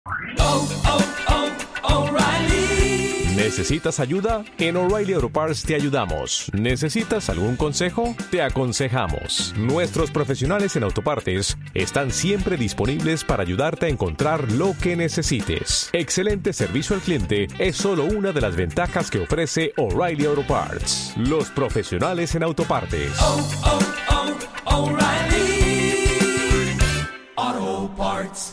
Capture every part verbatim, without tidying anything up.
oh, oh, oh, O'Reilly. ¿Necesitas ayuda? En O'Reilly Auto Parts te ayudamos. ¿Necesitas algún consejo? Te aconsejamos. Nuestros profesionales en autopartes están siempre disponibles para ayudarte a encontrar lo que necesites. Excelente servicio al cliente es solo una de las ventajas que ofrece O'Reilly Auto Parts. Los profesionales en autopartes. Oh, oh, oh, O'Reilly Auto Parts.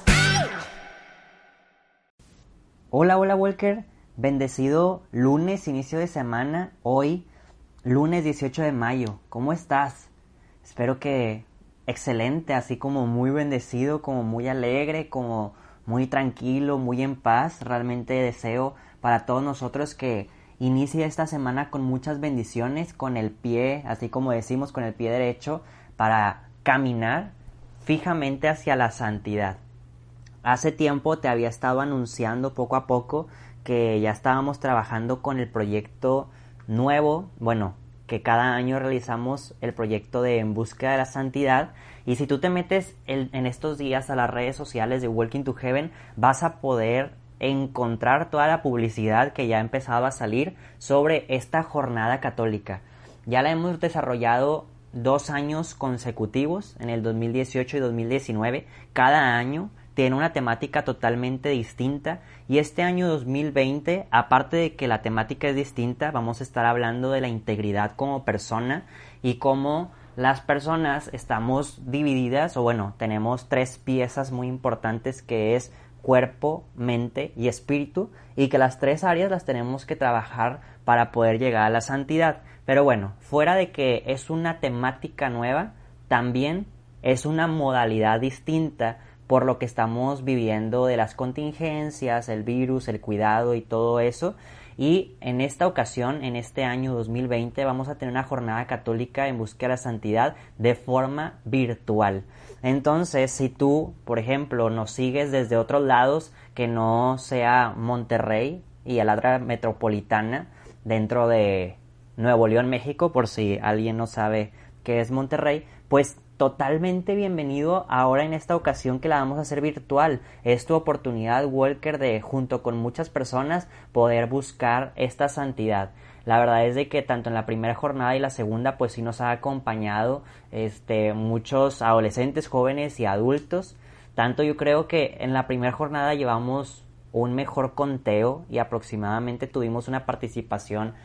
Hola, hola Walker, bendecido lunes, inicio de semana, hoy, lunes dieciocho de mayo, ¿cómo estás? Espero que excelente, así como muy bendecido, como muy alegre, como muy tranquilo, muy en paz. Realmente deseo para todos nosotros que inicie esta semana con muchas bendiciones, con el pie, así como decimos, con el pie derecho, para caminar fijamente hacia la santidad. Hace tiempo te había estado anunciando poco a poco que ya estábamos trabajando con el proyecto nuevo, bueno, que cada año realizamos el proyecto de En Búsqueda de la Santidad. Y si tú te metes el, en estos días a las redes sociales de Walking to Heaven, vas a poder encontrar toda la publicidad que ya empezaba a salir sobre esta jornada católica. Ya la hemos desarrollado dos años consecutivos, en el dos mil dieciocho y dos mil diecinueve, cada año tiene una temática totalmente distinta, y este año dos mil veinte, aparte de que la temática es distinta, vamos a estar hablando de la integridad como persona y cómo las personas estamos divididas, o bueno, tenemos tres piezas muy importantes que es cuerpo, mente y espíritu, y que las tres áreas las tenemos que trabajar para poder llegar a la santidad. Pero bueno, fuera de que es una temática nueva, también es una modalidad distinta por lo que estamos viviendo de las contingencias, el virus, el cuidado y todo eso. Y en esta ocasión, en este año dos mil veinte, vamos a tener una jornada católica en búsqueda de la santidad de forma virtual. Entonces, si tú, por ejemplo, nos sigues desde otros lados que no sea Monterrey y el área metropolitana dentro de Nuevo León, México, por si alguien no sabe qué es Monterrey, pues totalmente bienvenido ahora en esta ocasión que la vamos a hacer virtual. Es tu oportunidad, Walker, de junto con muchas personas poder buscar esta santidad. La verdad es de que tanto en la primera jornada y la segunda pues sí nos ha acompañado este, muchos adolescentes, jóvenes y adultos. Tanto yo creo que en la primera jornada llevamos un mejor conteo y aproximadamente tuvimos una participación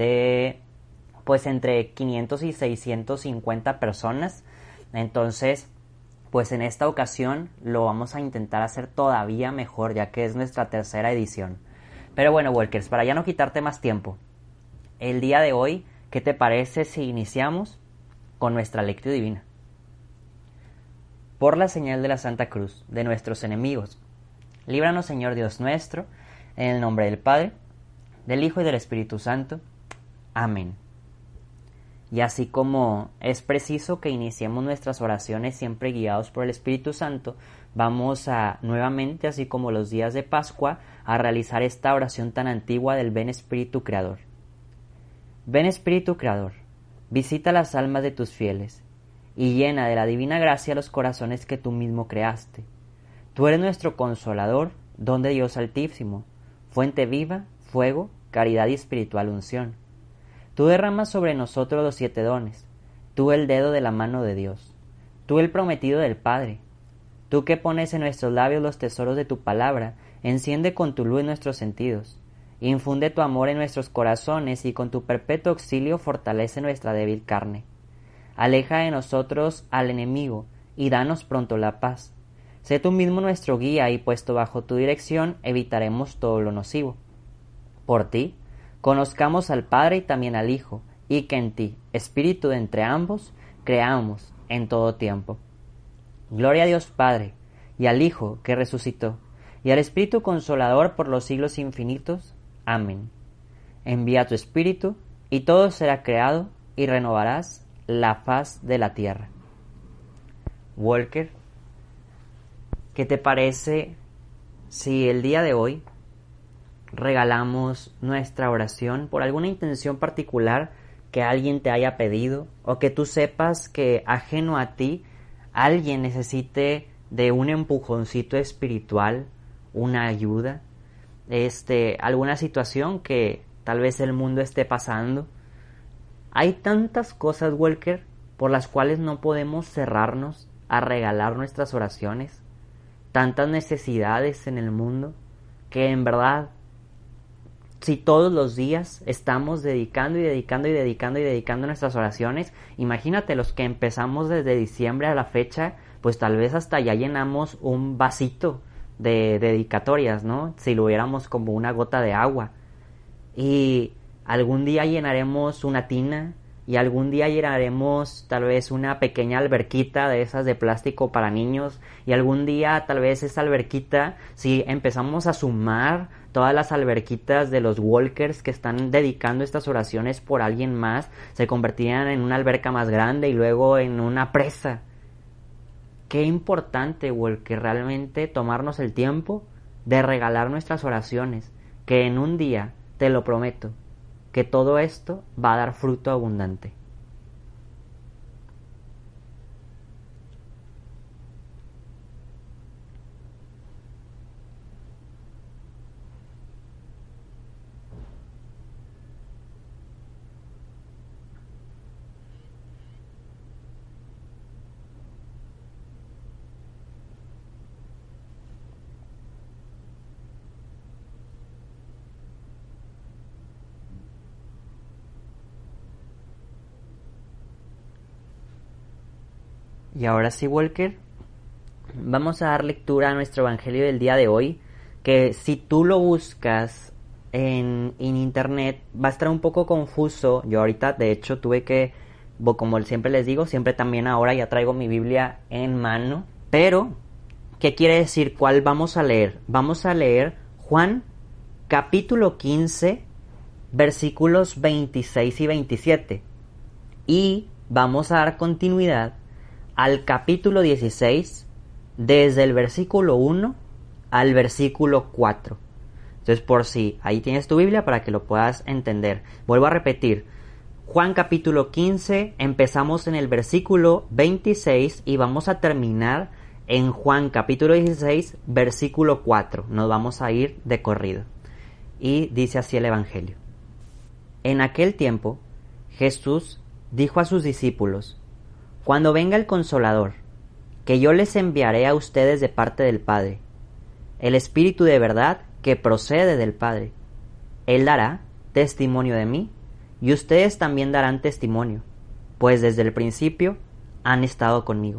de pues entre quinientos y seiscientos cincuenta personas. Entonces, pues en esta ocasión lo vamos a intentar hacer todavía mejor, ya que es nuestra tercera edición. Pero bueno, Walkers, para ya no quitarte más tiempo, el día de hoy, ¿qué te parece si iniciamos con nuestra lectio divina? Por la señal de la Santa Cruz de nuestros enemigos, líbranos, Señor Dios nuestro, en el nombre del Padre, del Hijo y del Espíritu Santo. Amén. Y así como es preciso que iniciemos nuestras oraciones siempre guiados por el Espíritu Santo, vamos a nuevamente, así como los días de Pascua, a realizar esta oración tan antigua del Ven Espíritu Creador. Ven Espíritu Creador, visita las almas de tus fieles, y llena de la divina gracia los corazones que tú mismo creaste. Tú eres nuestro Consolador, don de Dios Altísimo, fuente viva, fuego, caridad y espiritual unción. Tú derramas sobre nosotros los siete dones, tú el dedo de la mano de Dios, tú el prometido del Padre, tú que pones en nuestros labios los tesoros de tu palabra, enciende con tu luz nuestros sentidos, infunde tu amor en nuestros corazones y con tu perpetuo auxilio fortalece nuestra débil carne. Aleja de nosotros al enemigo y danos pronto la paz. Sé tú mismo nuestro guía y puesto bajo tu dirección evitaremos todo lo nocivo. Por ti, conozcamos al Padre y también al Hijo, y que en ti, Espíritu de entre ambos, creamos en todo tiempo. Gloria a Dios Padre, y al Hijo que resucitó, y al Espíritu Consolador por los siglos infinitos. Amén. Envía tu Espíritu, y todo será creado, y renovarás la faz de la tierra. Walker, ¿qué te parece si el día de hoy regalamos nuestra oración por alguna intención particular que alguien te haya pedido, o que tú sepas que ajeno a ti alguien necesite de un empujoncito espiritual, una ayuda, este, alguna situación que tal vez el mundo esté pasando. Hay tantas cosas, Walker, por las cuales no podemos cerrarnos a regalar nuestras oraciones, tantas necesidades en el mundo, que en verdad, si todos los días estamos dedicando y dedicando y dedicando y dedicando nuestras oraciones, imagínate los que empezamos desde diciembre a la fecha, pues tal vez hasta ya llenamos un vasito de dedicatorias, ¿no? Si lo hubiéramos como una gota de agua. Y algún día llenaremos una tina, y algún día llenaremos tal vez una pequeña alberquita de esas de plástico para niños, y algún día tal vez esa alberquita, si empezamos a sumar todas las alberquitas de los walkers que están dedicando estas oraciones por alguien más, se convertirían en una alberca más grande y luego en una presa. Qué importante, Walker, realmente tomarnos el tiempo de regalar nuestras oraciones, que en un día, te lo prometo, que todo esto va a dar fruto abundante. Y ahora sí, Walker, vamos a dar lectura a nuestro evangelio del día de hoy, que si tú lo buscas en, en internet va a estar un poco confuso. Yo ahorita, de hecho, tuve que, como siempre les digo, siempre también ahora ya traigo mi Biblia en mano. Pero, ¿qué quiere decir? ¿Cuál vamos a leer? Vamos a leer Juan capítulo quince, versículos veintiséis y veintisiete. Y vamos a dar continuidad al capítulo dieciséis, desde el versículo uno al versículo cuatro. Entonces, por si ahí tienes tu Biblia para que lo puedas entender. Vuelvo a repetir, Juan capítulo quince, empezamos en el versículo veintiséis y vamos a terminar en Juan capítulo dieciséis, versículo cuatro. Nos vamos a ir de corrido. Y dice así el evangelio. En aquel tiempo, Jesús dijo a sus discípulos: Cuando venga el Consolador, que yo les enviaré a ustedes de parte del Padre, el Espíritu de verdad que procede del Padre, Él dará testimonio de mí, y ustedes también darán testimonio, pues desde el principio han estado conmigo.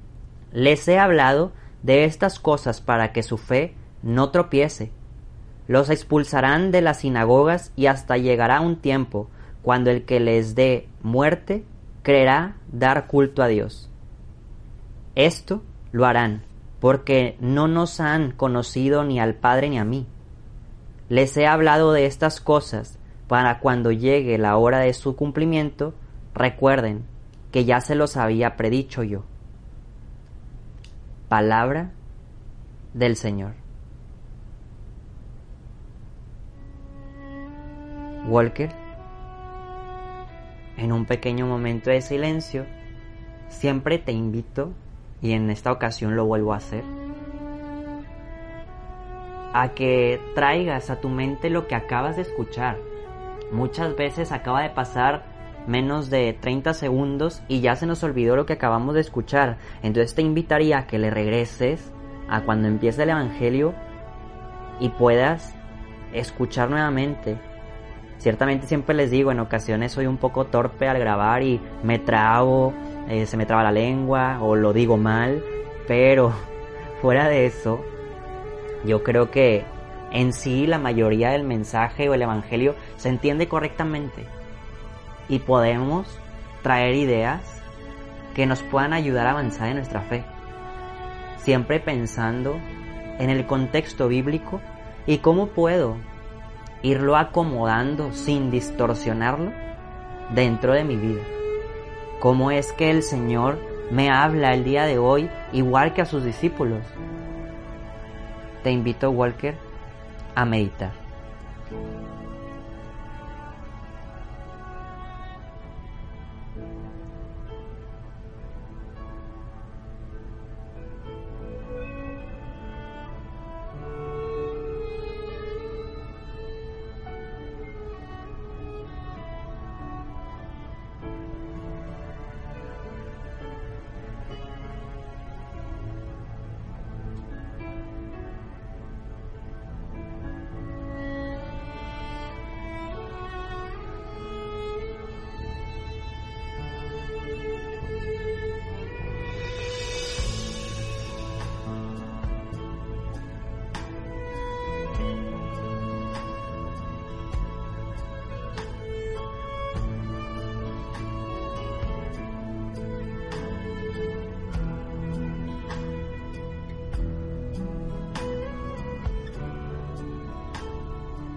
Les he hablado de estas cosas para que su fe no tropiece. Los expulsarán de las sinagogas y hasta llegará un tiempo cuando el que les dé muerte creerá dar culto a Dios. Esto lo harán porque no nos han conocido ni al Padre ni a mí. Les he hablado de estas cosas para cuando llegue la hora de su cumplimiento, recuerden que ya se los había predicho yo. Palabra del Señor. Walker, en un pequeño momento de silencio, siempre te invito, y en esta ocasión lo vuelvo a hacer, a que traigas a tu mente lo que acabas de escuchar. Muchas veces acaba de pasar menos de treinta segundos y ya se nos olvidó lo que acabamos de escuchar. Entonces te invitaría a que le regreses a cuando empiece el evangelio y puedas escuchar nuevamente. Ciertamente siempre les digo, en ocasiones soy un poco torpe al grabar y me trabo, eh, se me traba la lengua o lo digo mal, pero fuera de eso, yo creo que en sí la mayoría del mensaje o el evangelio se entiende correctamente y podemos traer ideas que nos puedan ayudar a avanzar en nuestra fe, siempre pensando en el contexto bíblico y cómo puedo irlo acomodando sin distorsionarlo dentro de mi vida. ¿Cómo es que el Señor me habla el día de hoy igual que a sus discípulos? Te invito, Walker, a meditar.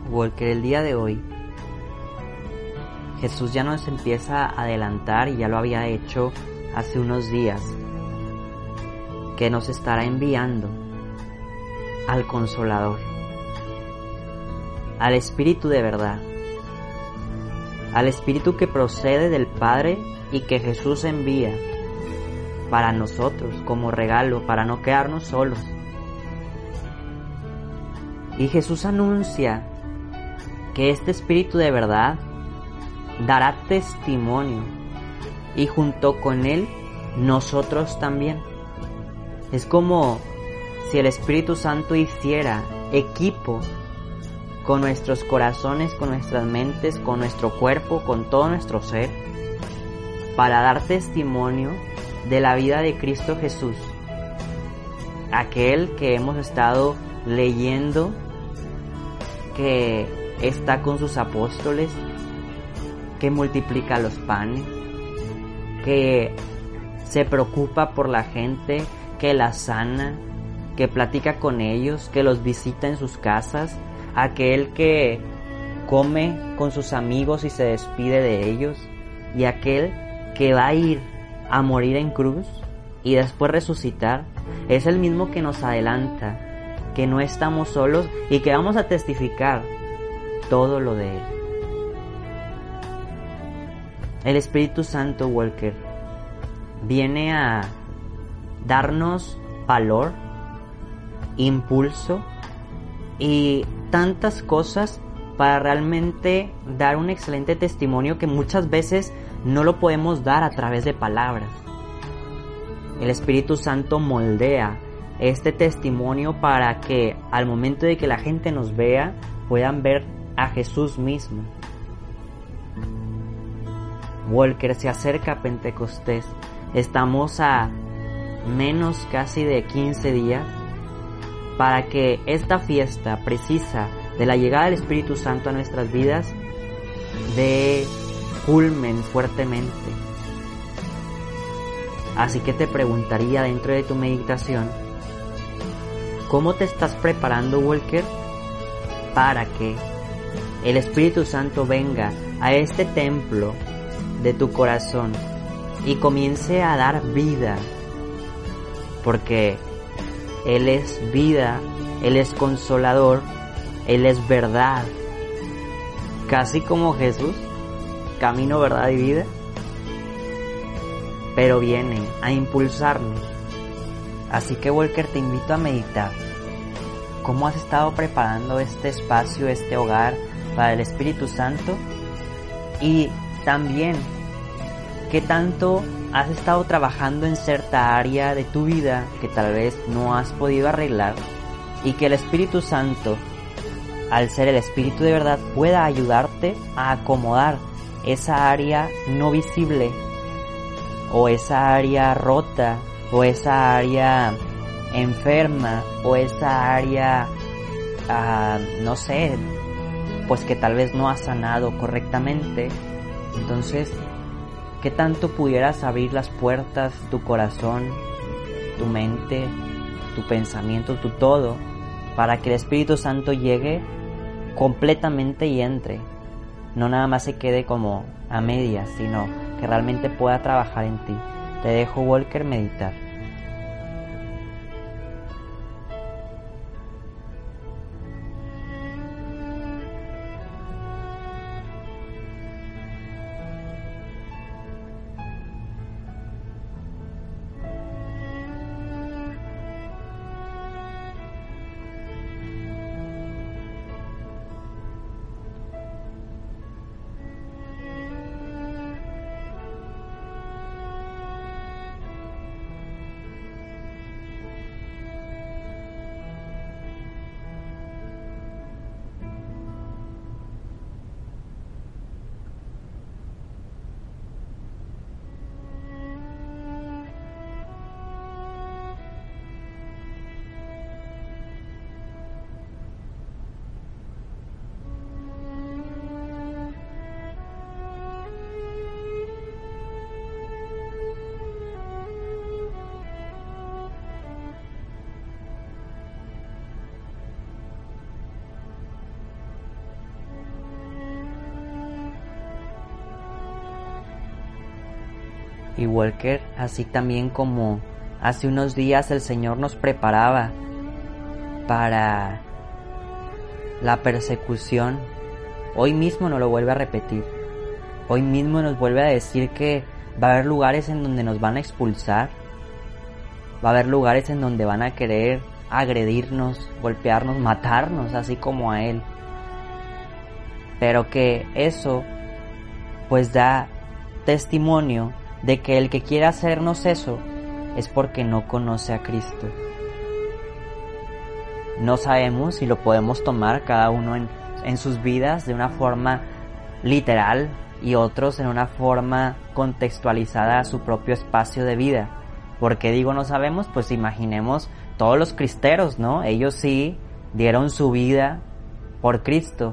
Walker, el día de hoy Jesús ya nos empieza a adelantar, y ya lo había hecho hace unos días, que nos estará enviando al Consolador, al Espíritu de verdad, al Espíritu que procede del Padre y que Jesús envía para nosotros como regalo, para no quedarnos solos. Y Jesús anuncia que este Espíritu de verdad dará testimonio, y junto con Él nosotros también. Es como si el Espíritu Santo hiciera equipo con nuestros corazones, con nuestras mentes, con nuestro cuerpo, con todo nuestro ser, para dar testimonio de la vida de Cristo Jesús, aquel que hemos estado leyendo, que está con sus apóstoles, que multiplica los panes, que se preocupa por la gente, que la sana, que platica con ellos, que los visita en sus casas, aquel que come con sus amigos y se despide de ellos, y aquel que va a ir a morir en cruz y después resucitar. Es el mismo que nos adelanta que no estamos solos y que vamos a testificar todo lo de Él. El Espíritu Santo, Walker, viene a darnos valor, impulso y tantas cosas para realmente dar un excelente testimonio que muchas veces no lo podemos dar a través de palabras. El Espíritu Santo moldea este testimonio para que al momento de que la gente nos vea, puedan ver a Jesús mismo. Walker, se acerca Pentecostés. Estamos a menos casi de quince días para que esta fiesta precisa de la llegada del Espíritu Santo a nuestras vidas dé culmen fuertemente. Así que te preguntaría dentro de tu meditación, ¿cómo te estás preparando, Walker, para que el Espíritu Santo venga a este templo de tu corazón y comience a dar vida? Porque Él es vida, Él es consolador, Él es verdad. Casi como Jesús, camino, verdad y vida. Pero viene a impulsarnos. Así que, Walker, te invito a meditar. ¿Cómo has estado preparando este espacio, este hogar para el Espíritu Santo? Y también, ¿qué tanto has estado trabajando en cierta área de tu vida que tal vez no has podido arreglar? Y que el Espíritu Santo, al ser el Espíritu de verdad, pueda ayudarte a acomodar esa área no visible, o esa área rota, o esa área enferma, o esa área, uh, no sé, pues que tal vez no has sanado correctamente. Entonces, ¿qué tanto pudieras abrir las puertas, tu corazón, tu mente, tu pensamiento, tu todo, para que el Espíritu Santo llegue completamente y entre? No nada más se quede como a medias, sino que realmente pueda trabajar en ti. Te dejo, Walker, meditar. Y Walker, así también como hace unos días el Señor nos preparaba para la persecución, hoy mismo nos lo vuelve a repetir. Hoy mismo nos vuelve a decir que va a haber lugares en donde nos van a expulsar, va a haber lugares en donde van a querer agredirnos, golpearnos, matarnos, así como a Él. Pero que eso pues da testimonio de que el que quiera hacernos eso es porque no conoce a Cristo. No sabemos si lo podemos tomar cada uno en, en sus vidas de una forma literal y otros en una forma contextualizada a su propio espacio de vida. ¿Por qué digo no sabemos? Pues imaginemos todos los cristeros, ¿no? Ellos sí dieron su vida por Cristo.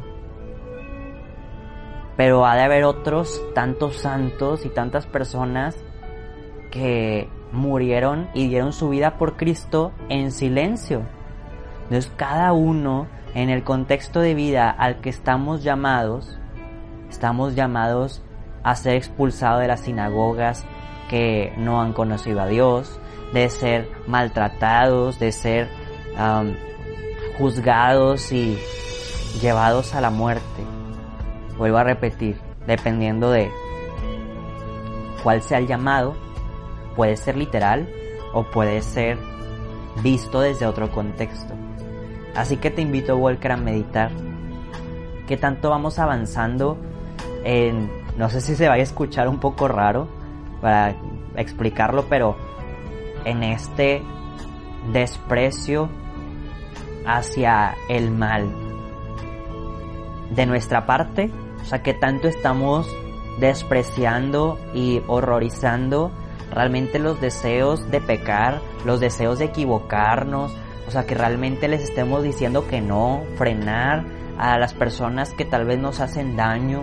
Pero ha de haber otros tantos santos y tantas personas que murieron y dieron su vida por Cristo en silencio. Entonces cada uno en el contexto de vida al que estamos llamados, estamos llamados a ser expulsados de las sinagogas que no han conocido a Dios, de ser maltratados, de ser um, juzgados y llevados a la muerte. Vuelvo a repetir, dependiendo de cuál sea el llamado, puede ser literal o puede ser visto desde otro contexto. Así que te invito, Walker, a meditar qué tanto vamos avanzando en, no sé si se vaya a escuchar un poco raro para explicarlo, pero en este desprecio hacia el mal de nuestra parte. O sea, que tanto estamos despreciando y horrorizando realmente los deseos de pecar, los deseos de equivocarnos. O sea, que realmente les estemos diciendo que no, frenar a las personas que tal vez nos hacen daño,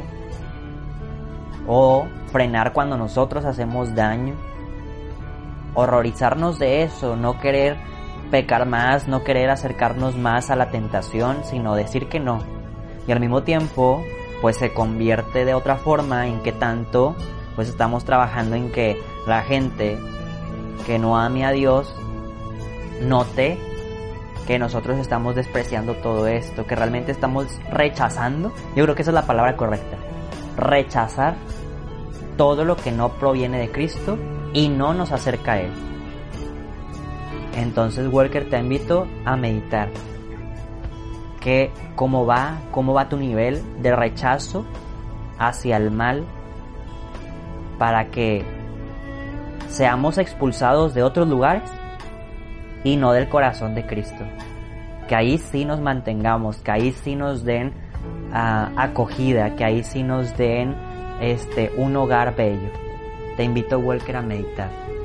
o frenar cuando nosotros hacemos daño. Horrorizarnos de eso, no querer pecar más, no querer acercarnos más a la tentación, sino decir que no. Y al mismo tiempo, pues se convierte de otra forma en que tanto, pues estamos trabajando en que la gente que no ame a Dios note que nosotros estamos despreciando todo esto, que realmente estamos rechazando. Yo creo que esa es la palabra correcta. Rechazar todo lo que no proviene de Cristo y no nos acerca a Él. Entonces, Walker, te invito a meditar. Que cómo va, cómo va tu nivel de rechazo hacia el mal, para que seamos expulsados de otros lugares y no del corazón de Cristo. Que ahí sí nos mantengamos, que ahí sí nos den uh, acogida, que ahí sí nos den este un hogar bello. Te invito, Walker, a meditar.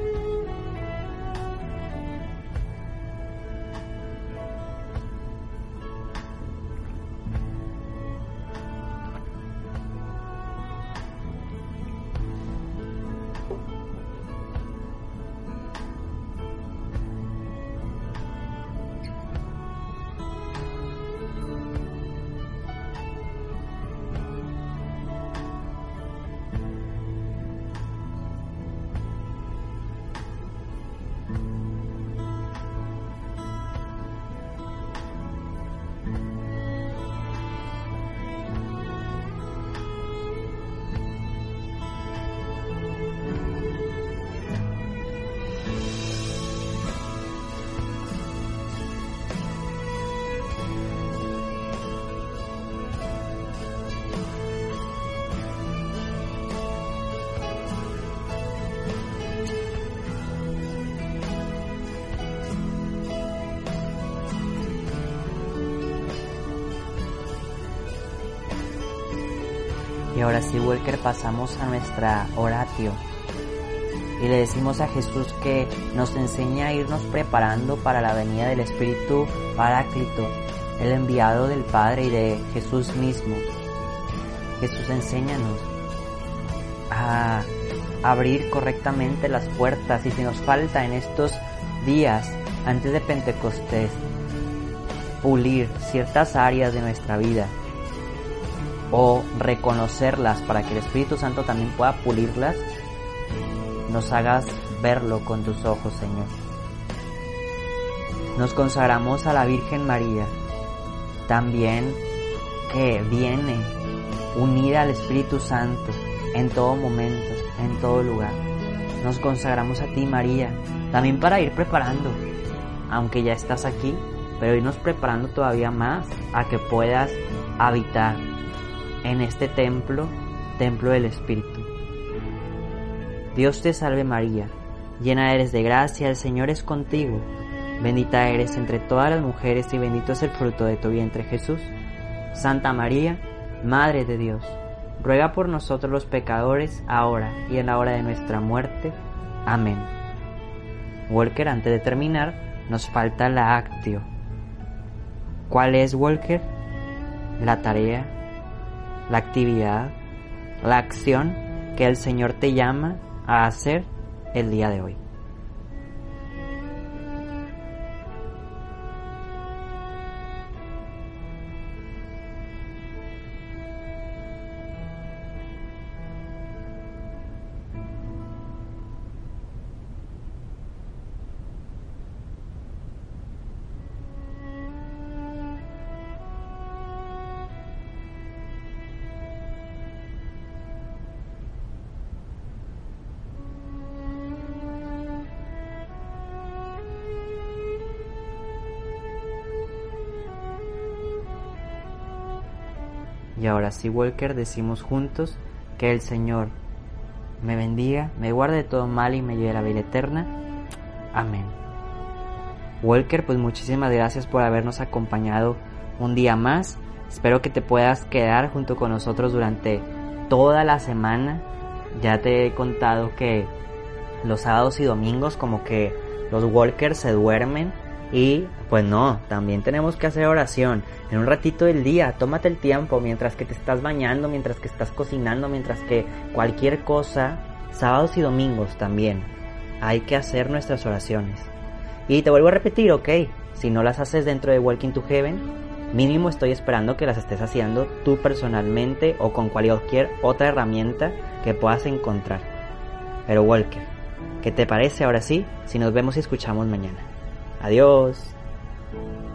Y ahora sí, Walker, pasamos a nuestra oratio y le decimos a Jesús que nos enseña a irnos preparando para la venida del Espíritu Paráclito, el enviado del Padre y de Jesús mismo. Jesús, enséñanos a abrir correctamente las puertas, y si nos falta en estos días antes de Pentecostés pulir ciertas áreas de nuestra vida o reconocerlas para que el Espíritu Santo también pueda pulirlas, nos hagas verlo con tus ojos, Señor. Nos consagramos a la Virgen María, también que viene unida al Espíritu Santo en todo momento, en todo lugar. Nos consagramos a ti, María, también para ir preparando, aunque ya estás aquí, pero irnos preparando todavía más a que puedas habitar en este templo, templo del Espíritu. Dios te salve María, llena eres de gracia, el Señor es contigo. Bendita eres entre todas las mujeres y bendito es el fruto de tu vientre, Jesús. Santa María, Madre de Dios, ruega por nosotros los pecadores, ahora y en la hora de nuestra muerte. Amén. Walker, antes de terminar, nos falta la actio. ¿Cuál es, Walker? La tarea, la actividad, la acción que el Señor te llama a hacer el día de hoy. Y ahora sí, Walker, decimos juntos que el Señor me bendiga, me guarde de todo mal y me lleve a la vida eterna. Amén. Walker, pues muchísimas gracias por habernos acompañado un día más. Espero que te puedas quedar junto con nosotros durante toda la semana. Ya te he contado que los sábados y domingos como que los Walkers se duermen. Y pues no, también tenemos que hacer oración en un ratito del día. Tómate el tiempo mientras que te estás bañando, mientras que estás cocinando, mientras que cualquier cosa. Sábados y domingos también hay que hacer nuestras oraciones. Y te vuelvo a repetir, ok, si no las haces dentro de Walking to Heaven, mínimo estoy esperando que las estés haciendo tú personalmente o con cualquier otra herramienta que puedas encontrar. Pero Walker, ¿qué te parece ahora sí si nos vemos y escuchamos mañana? Adiós.